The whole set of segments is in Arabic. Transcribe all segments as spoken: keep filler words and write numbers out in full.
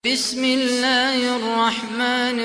بسم الله الرحمن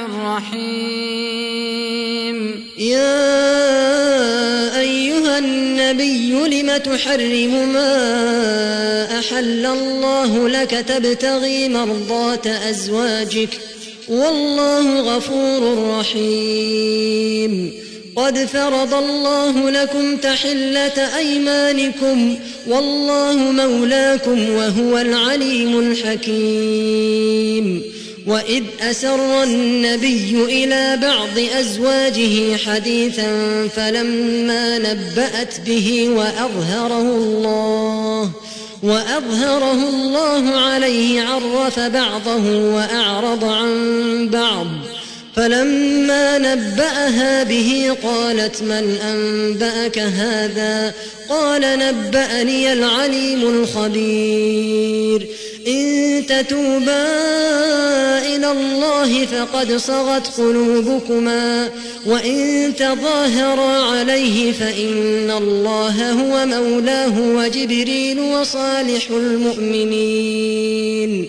الرحيم. يا أيها النبي لم تحرم ما أحل الله لك تبتغي مرضات أزواجك والله غفور رحيم. قد فرض الله لكم تحلة أيمانكم والله مولاكم وهو العليم الحكيم. وإذ أسر النبي إلى بعض أزواجه حديثا فلما نبأت به وأظهره الله وأظهره الله عليه عرف بعضه وأعرض عن بعض. فلما نبأها به قالت من أنبأك هذا؟ قال نبأني العليم الخبير. إن تتوبا إلى الله فقد صغت قلوبكما وإن تظاهرا عليه فإن الله هو مولاه وجبريل وصالح المؤمنين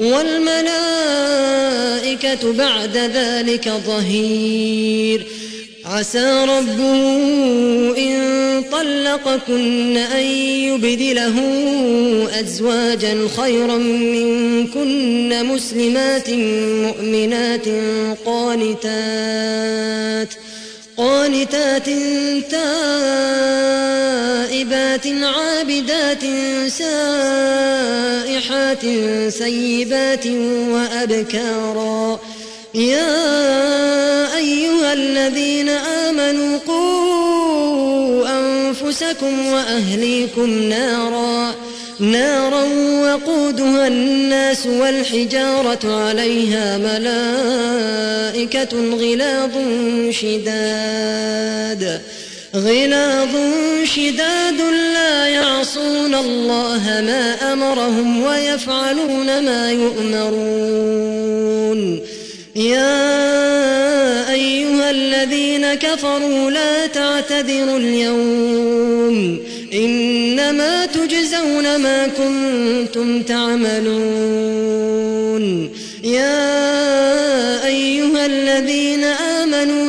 والملائكة بعد ذلك ظهير. عسى ربه إن طلقكن أن يبدله أزواجا خيرا منكن مسلمات مؤمنات قانتات قانتات تائبات عابدات سائحات سيبات وأبكارا. يا أيها الذين آمنوا قوا أنفسكم وأهليكم نارا نارا وقودها الناس والحجارة عليها ملائكة غلاظ شداد غلاظ شداد لا يعصون الله ما أمرهم ويفعلون ما يؤمرون. يا أيها الذين كفروا لا تعتذروا اليوم إنما تجزون ما كنتم تعملون. يا أيها الذين آمنوا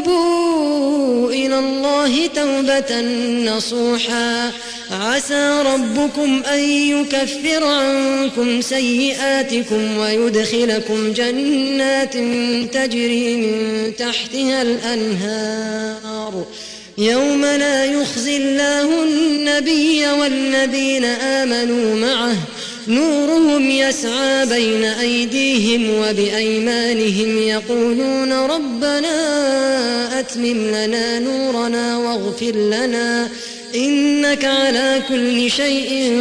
توبوا إلى الله توبة نصوحا عسى ربكم أن يكفر عنكم سيئاتكم ويدخلكم جنات تجري من تحتها الأنهار يوم لا يخزي الله النبي والذين آمنوا معه نورهم يسعى بين أيديهم وبأيمانهم يقولون ربنا أتمم لنا نورنا واغفر لنا إنك على كل شيء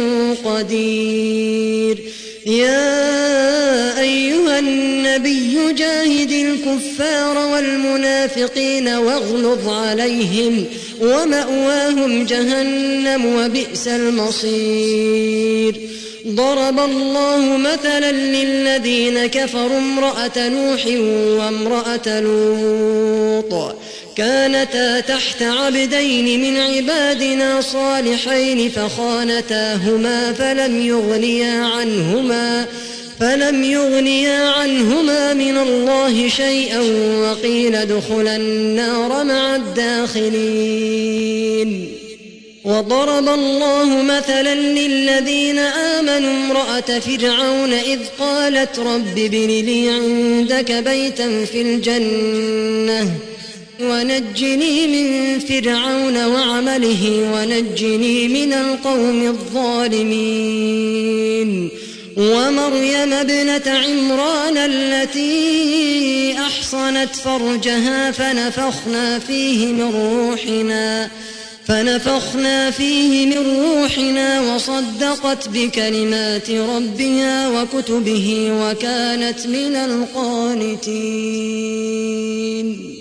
قدير. يا أيها النبي جاهد الكفار والمنافقين واغلظ عليهم ومأواهم جهنم وبئس المصير. ضرب الله مثلا للذين كفروا امرأة نوح وامرأة لوط كانتا تحت عبدين من عبادنا صالحين فخانتاهما فلم يغنيا عنهما فلم يغنيا عنهما من الله شيئا وقيل ادخلا النار مع الداخلين. وضرب الله مثلا للذين آمنوا امرأة فرعون إذ قالت رب ابن لي عندك بيتا في الجنة ونجني من فرعون وعمله ونجني من القوم الظالمين. ومريم ابنة عمران التي أحصنت فرجها فنفخنا فيه من روحنا فنفخنا فيه من روحنا وصدقت بكلمات ربها وكتبه وكانت من القانتين.